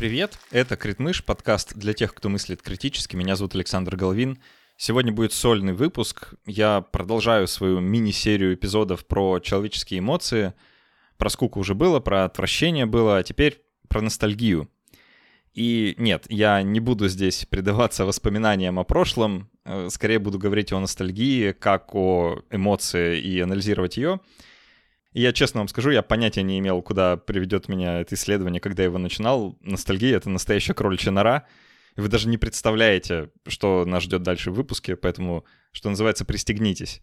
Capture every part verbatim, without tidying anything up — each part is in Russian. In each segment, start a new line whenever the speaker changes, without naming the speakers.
Привет, это Критмыш, подкаст для тех, кто мыслит критически. Меня зовут Александр Головин. Сегодня будет сольный выпуск. Я продолжаю свою мини-серию эпизодов про человеческие эмоции. Про скуку уже было, про отвращение было, а теперь про ностальгию. И нет, я не буду здесь предаваться воспоминаниям о прошлом. Скорее буду говорить о ностальгии, как о эмоции и анализировать ее. И я честно вам скажу, я понятия не имел, куда приведет меня это исследование, когда я его начинал. Ностальгия — это настоящая кроличья нора. И вы даже не представляете, что нас ждет дальше в выпуске, поэтому, что называется, пристегнитесь.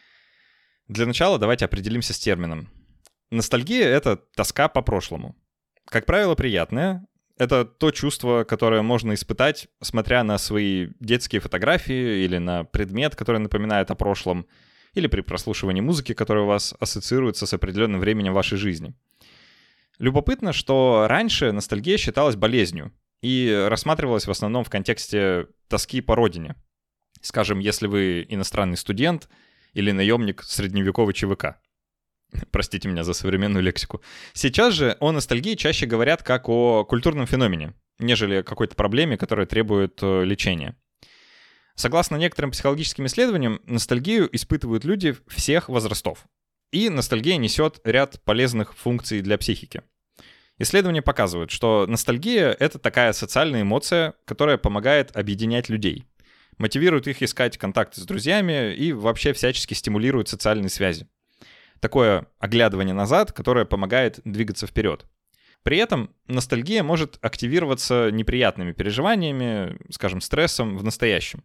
Для начала давайте определимся с термином. Ностальгия — это тоска по прошлому. Как правило, приятная. Это то чувство, которое можно испытать, смотря на свои детские фотографии или на предмет, который напоминает о прошлом, или при прослушивании музыки, которая у вас ассоциируется с определенным временем вашей жизни. Любопытно, что раньше ностальгия считалась болезнью и рассматривалась в основном в контексте тоски по родине. Скажем, если вы иностранный студент или наемник средневековой ЧВК. Простите меня за современную лексику. Сейчас же о ностальгии чаще говорят как о культурном феномене, нежели о какой-то проблеме, которая требует лечения. Согласно некоторым психологическим исследованиям, ностальгию испытывают люди всех возрастов. И ностальгия несет ряд полезных функций для психики. Исследования показывают, что ностальгия — это такая социальная эмоция, которая помогает объединять людей, мотивирует их искать контакты с друзьями и вообще всячески стимулирует социальные связи. Такое оглядывание назад, которое помогает двигаться вперед. При этом ностальгия может активироваться неприятными переживаниями, скажем, стрессом в настоящем.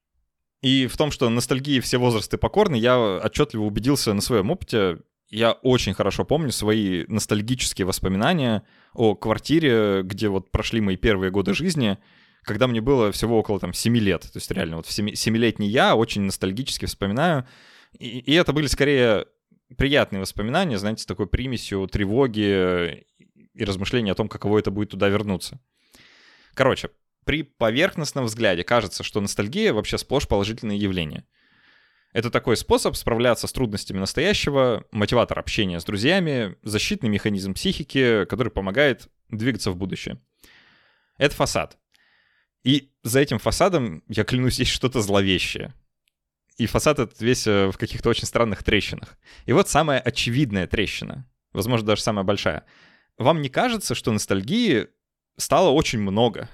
И в том, что ностальгии все возрасты покорны, я отчетливо убедился на своем опыте. Я очень хорошо помню свои ностальгические воспоминания о квартире, где вот прошли мои первые годы жизни, когда мне было всего около там семи лет. То есть реально вот семилетний я очень ностальгически вспоминаю. И, и это были скорее приятные воспоминания, знаете, с такой примесью тревоги и размышления о том, каково это будет туда вернуться. Короче, при поверхностном взгляде кажется, что ностальгия вообще сплошь положительное явление. Это такой способ справляться с трудностями настоящего, мотиватор общения с друзьями, защитный механизм психики, который помогает двигаться в будущее. Это фасад. И за этим фасадом, я клянусь, есть что-то зловещее. И фасад этот весь в каких-то очень странных трещинах. И вот самая очевидная трещина, возможно, даже самая большая. Вам не кажется, что ностальгии стало очень много?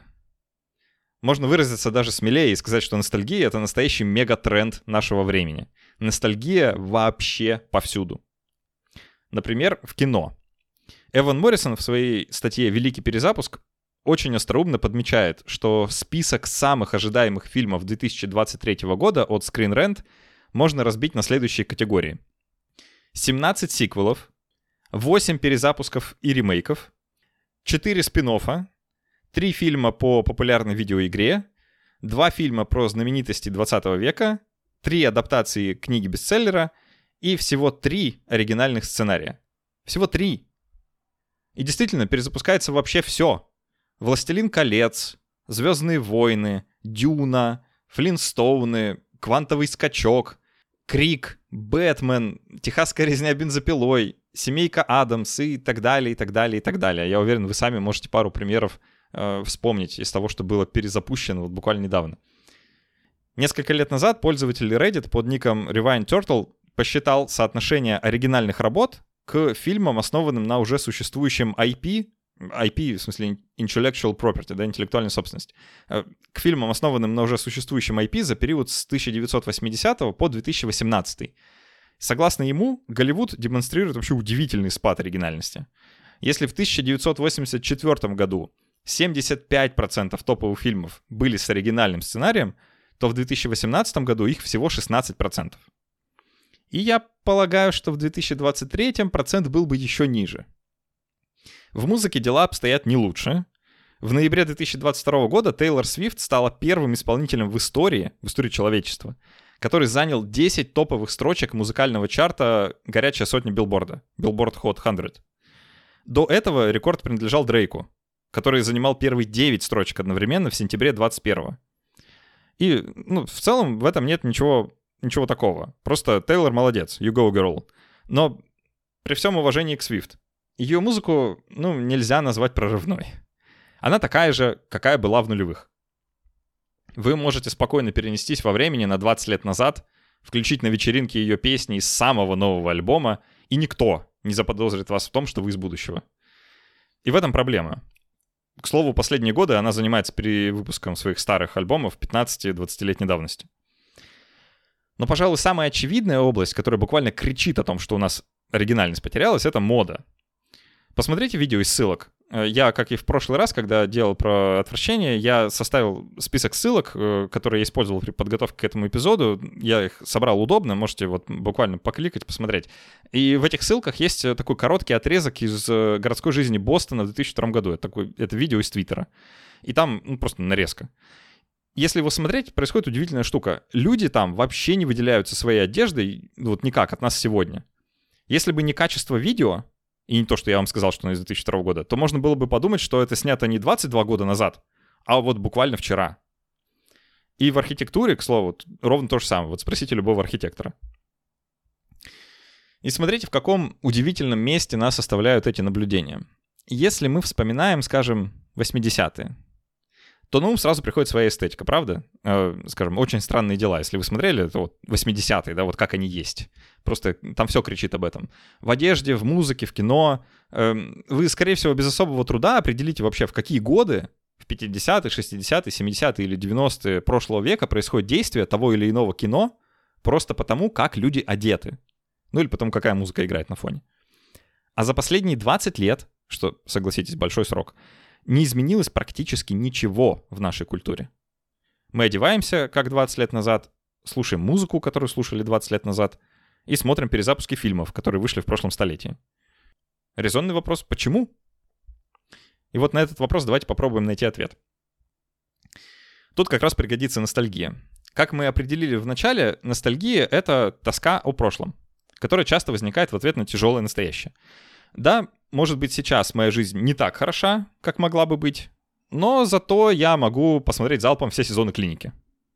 Можно выразиться даже смелее и сказать, что ностальгия — это настоящий мегатренд нашего времени. Ностальгия вообще повсюду. Например, в кино. Эван Моррисон в своей статье «Великий перезапуск» очень остроумно подмечает, что список самых ожидаемых фильмов две тысячи двадцать третьего года от Screen Rant можно разбить на следующие категории. семнадцать сиквелов, восемь перезапусков и ремейков, четыре спин-оффа, три фильма по популярной видеоигре, два фильма про знаменитости двадцатого века, три адаптации книги-бестселлера и всего три оригинальных сценария. Всего три. И действительно, перезапускается вообще все. «Властелин колец», «Звездные войны», «Дюна», «Флинстоуны», «Квантовый скачок», «Крик», «Бэтмен», «Техасская резня бензопилой», «Семейка Адамс» и так далее, и так далее, и так далее. Я уверен, вы сами можете пару примеров э, вспомнить из того, что было перезапущено вот буквально недавно. Несколько лет назад пользователь Reddit под ником Rewind Turtle посчитал соотношение оригинальных работ к фильмам, основанным на уже существующем ай пи, ай пи, в смысле intellectual property, да, интеллектуальная собственность, к фильмам, основанным на уже существующем ай пи за период с тысяча девятьсот восьмидесятого по две тысячи восемнадцатый. Согласно ему, Голливуд демонстрирует вообще удивительный спад оригинальности. Если в тысяча девятьсот восемьдесят четвёртом году семьдесят пять процентов топовых фильмов были с оригинальным сценарием, то в две тысячи восемнадцатом году их всего шестнадцать процентов. И я полагаю, что в две тысячи двадцать третьем процент был бы еще ниже. В музыке дела обстоят не лучше. В ноябре две тысячи двадцать второго года Тейлор Свифт стала первым исполнителем в истории, в истории человечества, который занял десять топовых строчек музыкального чарта «Горячая сотня Билборда», Billboard Hot сто. До этого рекорд принадлежал Дрейку, который занимал первые девять строчек одновременно в сентябре двадцать первого. И ну, в целом в этом нет ничего, ничего такого. Просто Тейлор молодец, you go girl. Но при всем уважении к Свифт, ее музыку ну, нельзя назвать прорывной. она такая же, какая была в нулевых. Вы можете спокойно перенестись во времени на двадцать лет назад, включить на вечеринке ее песни из самого нового альбома, и никто не заподозрит вас в том, что вы из будущего. И в этом проблема. К слову, последние годы она занимается перевыпуском своих старых альбомов пятнадцати-двадцатилетней давности. Но, пожалуй, самая очевидная область, которая буквально кричит о том, что у нас оригинальность потерялась, это мода. Посмотрите видео из ссылок. Я, как и в прошлый раз, когда делал про отвращение, я составил список ссылок, которые я использовал при подготовке к этому эпизоду. Я их собрал удобно, можете вот буквально покликать, посмотреть. И в этих ссылках есть такой короткий отрезок из городской жизни Бостона в две тысячи втором году. Это, такой, это видео из Твиттера. И там ну, просто нарезка. Если его смотреть, происходит удивительная штука. Люди там вообще не выделяются своей одеждой, вот никак от нас сегодня. Если бы не качество видео, и не то, что я вам сказал, что оно из две тысячи второго года, то можно было бы подумать, что это снято не двадцать два года назад, а вот буквально вчера. И в архитектуре, к слову, ровно то же самое. Вот спросите любого архитектора. И смотрите, в каком удивительном месте нас оставляют эти наблюдения. Если мы вспоминаем, скажем, восьмидесятые, то на ум сразу приходит своя эстетика, правда? Э, скажем, «Очень странные дела». Если вы смотрели, это вот восьмидесятые, да, вот как они есть. Просто там все кричит об этом. В одежде, в музыке, в кино. Э, вы, скорее всего, без особого труда определите вообще, в какие годы, в пятидесятые, шестидесятые, семидесятые или девяностые прошлого века происходит действие того или иного кино просто потому, как люди одеты. Ну или потому, какая музыка играет на фоне. А за последние двадцать лет, что, согласитесь, большой срок, не изменилось практически ничего в нашей культуре. Мы одеваемся, как двадцать лет назад, слушаем музыку, которую слушали двадцать лет назад, и смотрим перезапуски фильмов, которые вышли в прошлом столетии. Резонный вопрос: почему? И вот на этот вопрос давайте попробуем найти ответ. Тут как раз пригодится ностальгия. Как мы определили в начале, ностальгия — это тоска о прошлом, которая часто возникает в ответ на тяжелое настоящее. Да, может быть, сейчас моя жизнь не так хороша, как могла бы быть, но зато я могу посмотреть залпом все сезоны «Клиники».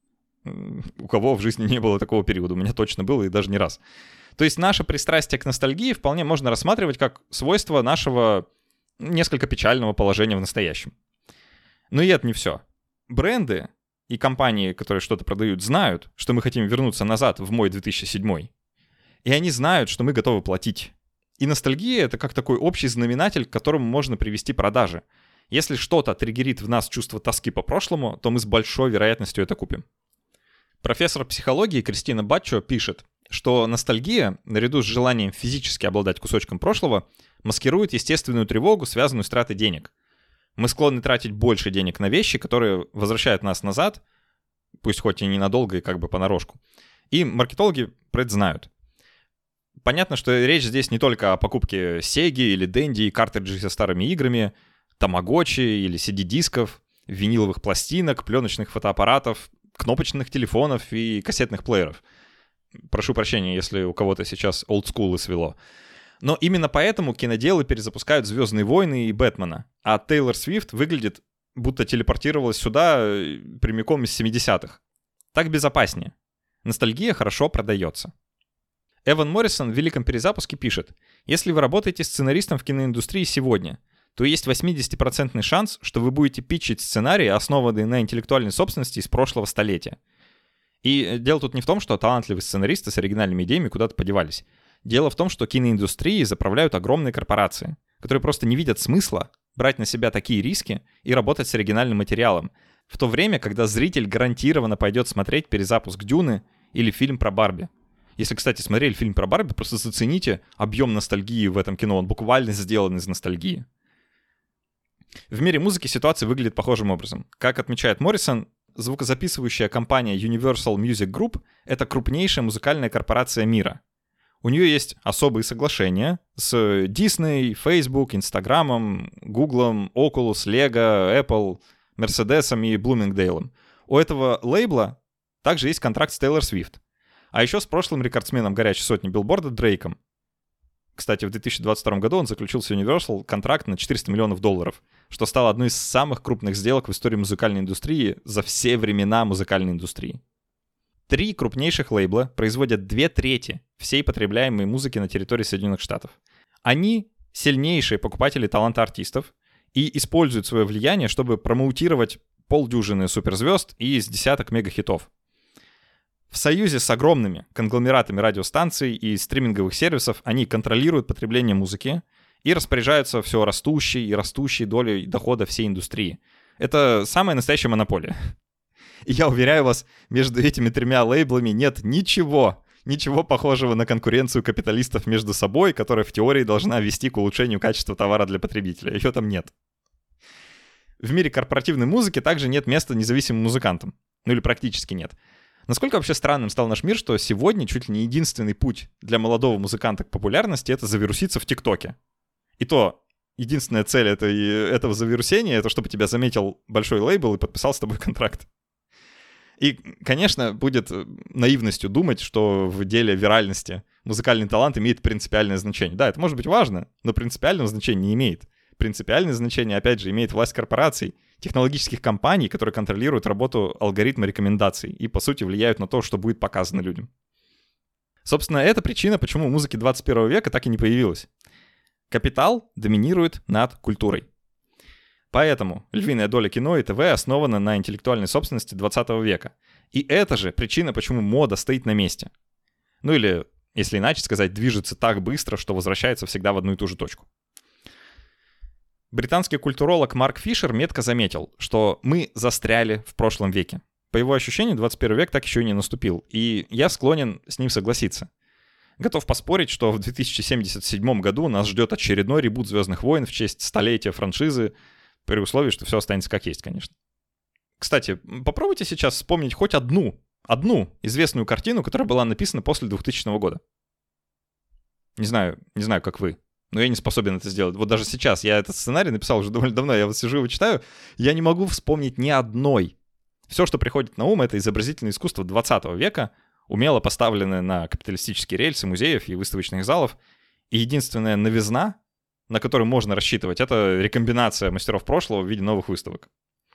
У кого в жизни не было такого периода? У меня точно было, и даже не раз. То есть наше пристрастие к ностальгии вполне можно рассматривать как свойство нашего несколько печального положения в настоящем. Но и это не все. Бренды и компании, которые что-то продают, знают, что мы хотим вернуться назад в мой две тысячи седьмой. И они знают, что мы готовы платить. И ностальгия — это как такой общий знаменатель, к которому можно привести продажи. Если что-то триггерит в нас чувство тоски по прошлому, то мы с большой вероятностью это купим. Профессор психологии Кристина Баччо пишет, что ностальгия, наряду с желанием физически обладать кусочком прошлого, маскирует естественную тревогу, связанную с тратой денег. Мы склонны тратить больше денег на вещи, которые возвращают нас назад, пусть хоть и ненадолго и как бы понарошку. И маркетологи про это знают. Понятно, что речь здесь не только о покупке Sega или Dendy, картриджей со старыми играми, тамагочи или си ди-дисков, виниловых пластинок, пленочных фотоаппаратов, кнопочных телефонов и кассетных плееров. Прошу прощения, если у кого-то сейчас олдскулы свело. Но именно поэтому киноделы перезапускают «Звездные войны» и «Бэтмена», а Тейлор Свифт выглядит, будто телепортировалась сюда прямиком из семидесятых. Так безопаснее. Ностальгия хорошо продается. Эван Моррисон в «Великом перезапуске» пишет: «Если вы работаете сценаристом в киноиндустрии сегодня, то есть восьмидесятипроцентный шанс, что вы будете питчить сценарии, основанные на интеллектуальной собственности из прошлого столетия». И дело тут не в том, что талантливые сценаристы с оригинальными идеями куда-то подевались. Дело в том, что киноиндустрией заправляют огромные корпорации, которые просто не видят смысла брать на себя такие риски и работать с оригинальным материалом, в то время, когда зритель гарантированно пойдет смотреть перезапуск «Дюны» или фильм про Барби. Если, кстати, смотрели фильм про Барби, просто зацените объем ностальгии в этом кино. Он буквально сделан из ностальгии. В мире музыки ситуация выглядит похожим образом. Как отмечает Моррисон, звукозаписывающая компания Universal Music Group — это крупнейшая музыкальная корпорация мира. У нее есть особые соглашения с Disney, Facebook, Instagram, Google, Oculus, Lego, Apple, Mercedes и Bloomingdale. У этого лейбла также есть контракт с Taylor Swift. А еще с прошлым рекордсменом горячей сотни Билборда Дрейком. Кстати, в две тысячи двадцать втором году он заключил с Universal контракт на четыреста миллионов долларов, что стало одной из самых крупных сделок в истории музыкальной индустрии за все времена музыкальной индустрии. Три крупнейших лейбла производят две трети всей потребляемой музыки на территории Соединенных Штатов. Они сильнейшие покупатели таланта артистов и использует свое влияние, чтобы промоутировать полдюжины суперзвезд и с десяток мегахитов. В союзе с огромными конгломератами радиостанций и стриминговых сервисов они контролируют потребление музыки и распоряжаются все растущей и растущей долей дохода всей индустрии. Это самая настоящая монополия. И я уверяю вас, между этими тремя лейблами нет ничего, ничего похожего на конкуренцию капиталистов между собой, которая в теории должна вести к улучшению качества товара для потребителя. Ее там нет. В мире корпоративной музыки также нет места независимым музыкантам. Ну или практически нет. Насколько вообще странным стал наш мир, что сегодня чуть ли не единственный путь для молодого музыканта к популярности — это завируситься в ТикТоке. И то единственная цель этой, этого завирусения — это чтобы тебя заметил большой лейбл и подписал с тобой контракт. И, конечно, будет наивностью думать, что в деле виральности музыкальный талант имеет принципиальное значение. Да, это может быть важно, но принципиального значения не имеет. Принципиальное значение, опять же, имеет власть корпораций, технологических компаний, которые контролируют работу алгоритма рекомендаций и, по сути, влияют на то, что будет показано людям. Собственно, это причина, почему музыки двадцать первого века так и не появилась. Капитал доминирует над культурой. Поэтому львиная доля кино и ТВ основана на интеллектуальной собственности двадцатого века. И это же причина, почему мода стоит на месте. Ну или, если иначе сказать, движется так быстро, что возвращается всегда в одну и ту же точку. Британский культуролог Марк Фишер метко заметил, что мы застряли в прошлом веке. По его ощущению, двадцать первый век так еще и не наступил, и я склонен с ним согласиться. Готов поспорить, что в две тысячи семьдесят седьмом году нас ждет очередной ребут «Звездных войн» в честь столетия франшизы, при условии, что все останется как есть, конечно. Кстати, попробуйте сейчас вспомнить хоть одну, одну известную картину, которая была написана после двухтысячного года. Не знаю, не знаю, как вы, но я не способен это сделать. Вот даже сейчас я этот сценарий написал уже довольно давно, я вот сижу его читаю, я не могу вспомнить ни одной. Все, что приходит на ум, это изобразительное искусство двадцатого века, умело поставленное на капиталистические рельсы музеев и выставочных залов, и единственная новизна, на которую можно рассчитывать, это рекомбинация мастеров прошлого в виде новых выставок.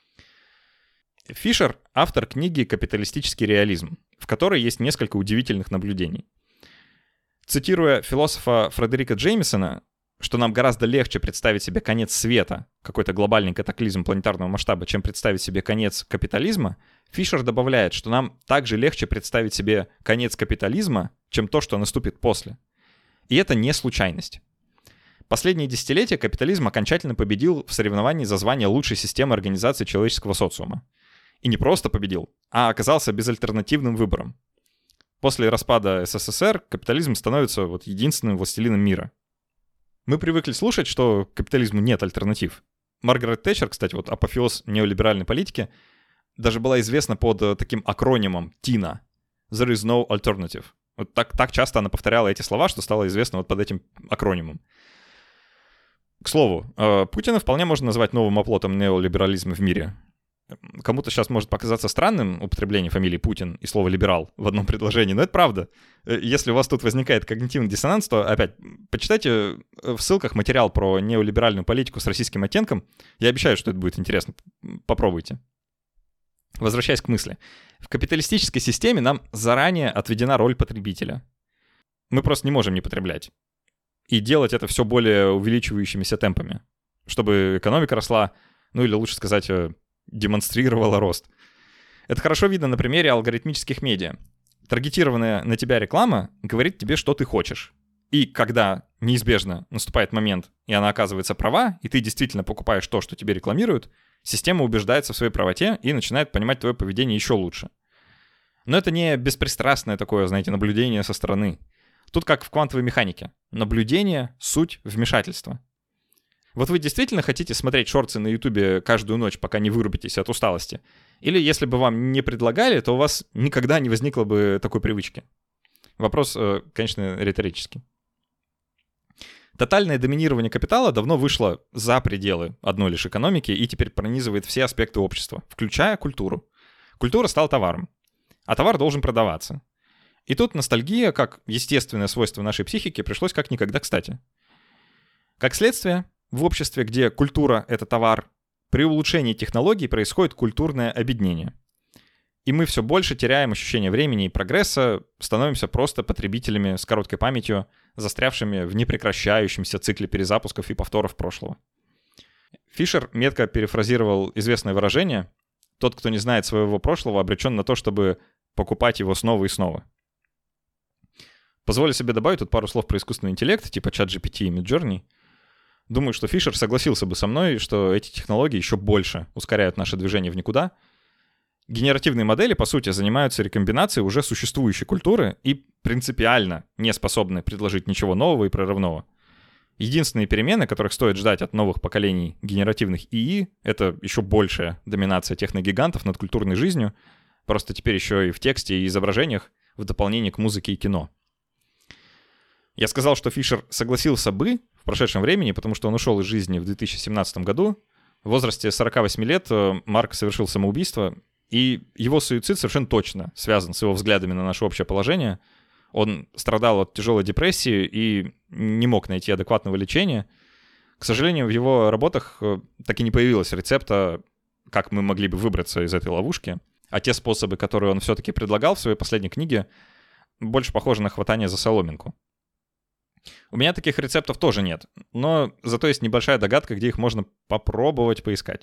Фишер — автор книги «Капиталистический реализм», в которой есть несколько удивительных наблюдений. Цитируя философа Фредерика Джеймисона, что нам гораздо легче представить себе конец света, какой-то глобальный катаклизм планетарного масштаба, чем представить себе конец капитализма, Фишер добавляет, что нам также легче представить себе конец капитализма, чем то, что наступит после. И это не случайность. Последние десятилетия капитализм окончательно победил в соревновании за звание лучшей системы организации человеческого социума. И не просто победил, а оказался безальтернативным выбором. После распада СССР капитализм становится вот единственным властелином мира. Мы привыкли слушать, что капитализму нет альтернатив. Маргарет Тэтчер, кстати, вот апофеоз неолиберальной политики, даже была известна под таким акронимом ТИНА — There is no alternative. Вот так, так часто она повторяла эти слова, что стало известно вот под этим акронимом. К слову, Путина вполне можно назвать новым оплотом неолиберализма в мире. Кому-то сейчас может показаться странным употребление фамилии Путин и слова «либерал» в одном предложении, но это правда. Если у вас тут возникает когнитивный диссонанс, то опять почитайте в ссылках материал про неолиберальную политику с российским оттенком. Я обещаю, что это будет интересно. Попробуйте. Возвращаясь к мысли. В капиталистической системе нам заранее отведена роль потребителя. Мы просто не можем не потреблять. И делать это все более увеличивающимися темпами, чтобы экономика росла, ну или лучше сказать, демонстрировала рост. Это хорошо видно на примере алгоритмических медиа. Таргетированная на тебя реклама говорит тебе, что ты хочешь. И когда неизбежно наступает момент, и она оказывается права, и ты действительно покупаешь то, что тебе рекламируют, система убеждается в своей правоте и начинает понимать твое поведение еще лучше. Но это не беспристрастное такое, знаете, наблюдение со стороны. Тут как в квантовой механике. Наблюдение — суть вмешательства. Вот вы действительно хотите смотреть шорты на Ютубе каждую ночь, пока не вырубитесь от усталости? Или если бы вам не предлагали, то у вас никогда не возникло бы такой привычки? Вопрос, конечно, риторический. Тотальное доминирование капитала давно вышло за пределы одной лишь экономики и теперь пронизывает все аспекты общества, включая культуру. Культура стала товаром, а товар должен продаваться. И тут ностальгия, как естественное свойство нашей психики, пришлось как никогда кстати. Как следствие, в обществе, где культура — это товар, при улучшении технологий происходит культурное обеднение. И мы все больше теряем ощущение времени и прогресса, становимся просто потребителями с короткой памятью, застрявшими в непрекращающемся цикле перезапусков и повторов прошлого. Фишер метко перефразировал известное выражение: «Тот, кто не знает своего прошлого, обречен на то, чтобы покупать его снова и снова». Позволю себе добавить тут пару слов про искусственный интеллект, типа ChatGPT и Midjourney. Думаю, что Фишер согласился бы со мной, что эти технологии еще больше ускоряют наше движение в никуда. Генеративные модели, по сути, занимаются рекомбинацией уже существующей культуры и принципиально не способны предложить ничего нового и прорывного. Единственные перемены, которых стоит ждать от новых поколений генеративных ИИ, это еще большая доминация техногигантов над культурной жизнью, просто теперь еще и в тексте и изображениях, в дополнение к музыке и кино. Я сказал, что Фишер согласился бы в прошедшем времени, потому что он ушел из жизни в две тысячи семнадцатом году. В возрасте сорока восьми лет Марк совершил самоубийство, и его суицид совершенно точно связан с его взглядами на наше общее положение. Он страдал от тяжелой депрессии и не мог найти адекватного лечения. К сожалению, в его работах так и не появилось рецепта, как мы могли бы выбраться из этой ловушки. А те способы, которые он все-таки предлагал в своей последней книге, больше похожи на хватание за соломинку. У меня таких рецептов тоже нет, но зато есть небольшая догадка, где их можно попробовать поискать.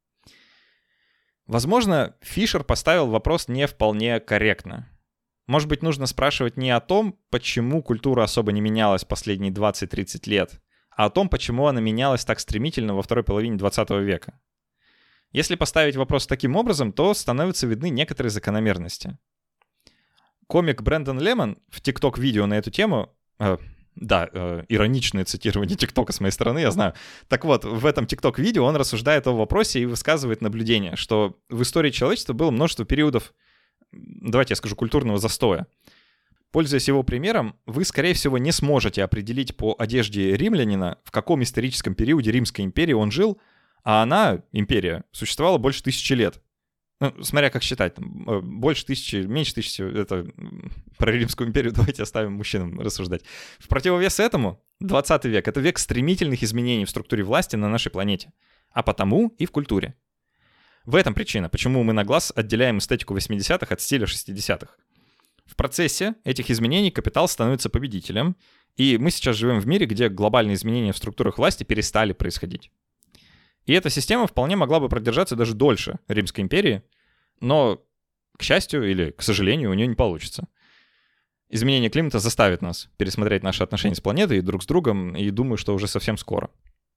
Возможно, Фишер поставил вопрос не вполне корректно. Может быть, нужно спрашивать не о том, почему культура особо не менялась последние двадцать-тридцать лет, а о том, почему она менялась так стремительно во второй половине двадцатого века. Если поставить вопрос таким образом, то становятся видны некоторые закономерности. Комик Брэндон Лемон в TikTok-видео на эту тему... Э, да, э, ироничное цитирование ТикТока с моей стороны, я знаю. Так вот, в этом TikTok-видео он рассуждает о вопросе и высказывает наблюдение, что в истории человечества было множество периодов, давайте я скажу, культурного застоя. Пользуясь его примером, вы, скорее всего, не сможете определить по одежде римлянина, в каком историческом периоде Римской империи он жил, а она, империя, существовала больше тысячи лет. Ну, смотря как считать, там, больше тысячи, меньше тысячи, это про Римскую империю давайте оставим мужчинам рассуждать. В противовес этому двадцатый век — это век стремительных изменений в структуре власти на нашей планете, а потому и в культуре. В этом причина, почему мы на глаз отделяем эстетику восьмидесятых от стиля шестидесятых. В процессе этих изменений капитал становится победителем, и мы сейчас живем в мире, где глобальные изменения в структурах власти перестали происходить. И эта система вполне могла бы продержаться даже дольше Римской империи, но, к счастью или к сожалению, у нее не получится. Изменение климата заставит нас пересмотреть наши отношения с планетой и друг с другом, и думаю, что уже совсем скоро.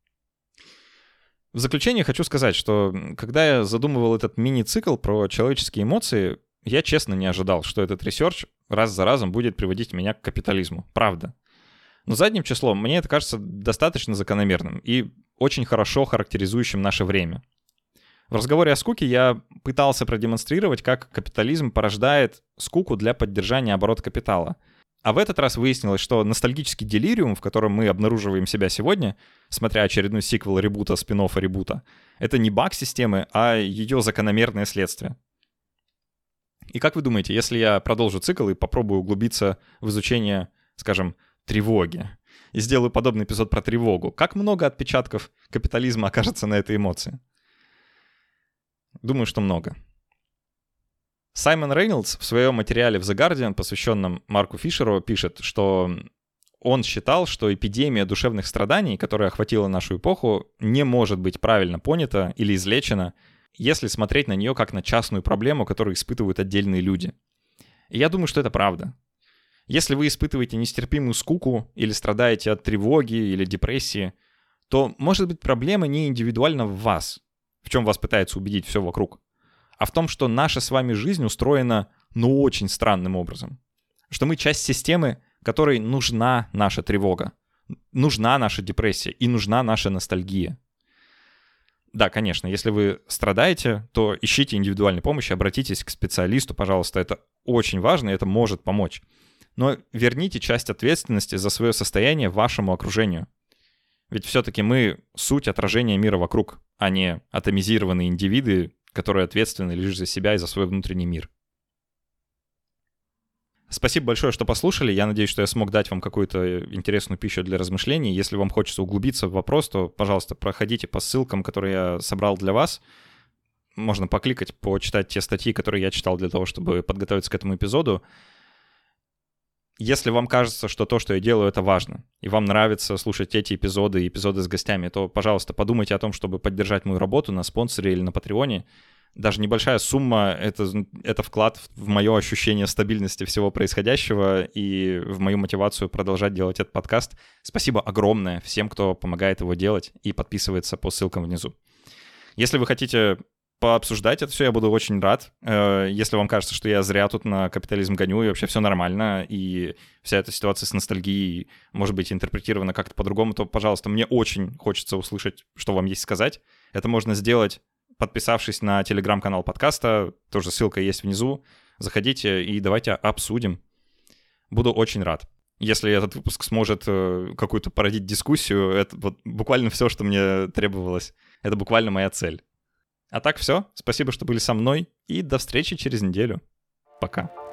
В заключение хочу сказать, что когда я задумывал этот мини-цикл про человеческие эмоции, я честно не ожидал, что этот ресерч раз за разом будет приводить меня к капитализму. Правда. Но задним числом мне это кажется достаточно закономерным и очень хорошо характеризующим наше время. В разговоре о скуке я пытался продемонстрировать, как капитализм порождает скуку для поддержания оборота капитала. А в этот раз выяснилось, что ностальгический делириум, в котором мы обнаруживаем себя сегодня, смотря очередной сиквел ребута, спин-оффа ребута, это не баг системы, а ее закономерное следствие. И как вы думаете, если я продолжу цикл и попробую углубиться в изучение, скажем, тревоги, и сделаю подобный эпизод про тревогу, как много отпечатков капитализма окажется на этой эмоции? Думаю, что много. Саймон Рейнольдс в своем материале в The Guardian, посвященном Марку Фишеру, пишет, что он считал, что эпидемия душевных страданий, которая охватила нашу эпоху, не может быть правильно понята или излечена, если смотреть на нее как на частную проблему, которую испытывают отдельные люди. И я думаю, что это правда. Если вы испытываете нестерпимую скуку или страдаете от тревоги или депрессии, то, может быть, проблема не индивидуально в вас, в чем вас пытается убедить все вокруг, а в том, что наша с вами жизнь устроена, ну, очень странным образом. Что мы часть системы, которой нужна наша тревога, нужна наша депрессия и нужна наша ностальгия. Да, конечно, если вы страдаете, то ищите индивидуальной помощи, обратитесь к специалисту, пожалуйста, это очень важно, и это может помочь. Но верните часть ответственности за свое состояние вашему окружению. Ведь все-таки мы суть отражения мира вокруг, а не атомизированные индивиды, которые ответственны лишь за себя и за свой внутренний мир. Спасибо большое, что послушали. Я надеюсь, что я смог дать вам какую-то интересную пищу для размышлений. Если вам хочется углубиться в вопрос, то, пожалуйста, проходите по ссылкам, которые я собрал для вас. Можно покликать, почитать те статьи, которые я читал для того, чтобы подготовиться к этому эпизоду. Если вам кажется, что то, что я делаю, это важно, и вам нравится слушать эти эпизоды и эпизоды с гостями, то, пожалуйста, подумайте о том, чтобы поддержать мою работу на спонсоре или на Патреоне. Даже небольшая сумма — это, это вклад в мое ощущение стабильности всего происходящего и в мою мотивацию продолжать делать этот подкаст. Спасибо огромное всем, кто помогает его делать и подписывается по ссылкам внизу. Если вы хотите пообсуждать это все, я буду очень рад. Если вам кажется, что я зря тут на капитализм гоню, и вообще все нормально, и вся эта ситуация с ностальгией может быть интерпретирована как-то по-другому, то, пожалуйста, мне очень хочется услышать, что вам есть сказать. Это можно сделать, подписавшись на телеграм-канал подкаста, тоже ссылка есть внизу. Заходите и давайте обсудим. Буду очень рад. Если этот выпуск сможет какую-то породить дискуссию, это вот буквально все, что мне требовалось. Это буквально моя цель. А так все. Спасибо, что были со мной, и до встречи через неделю. Пока.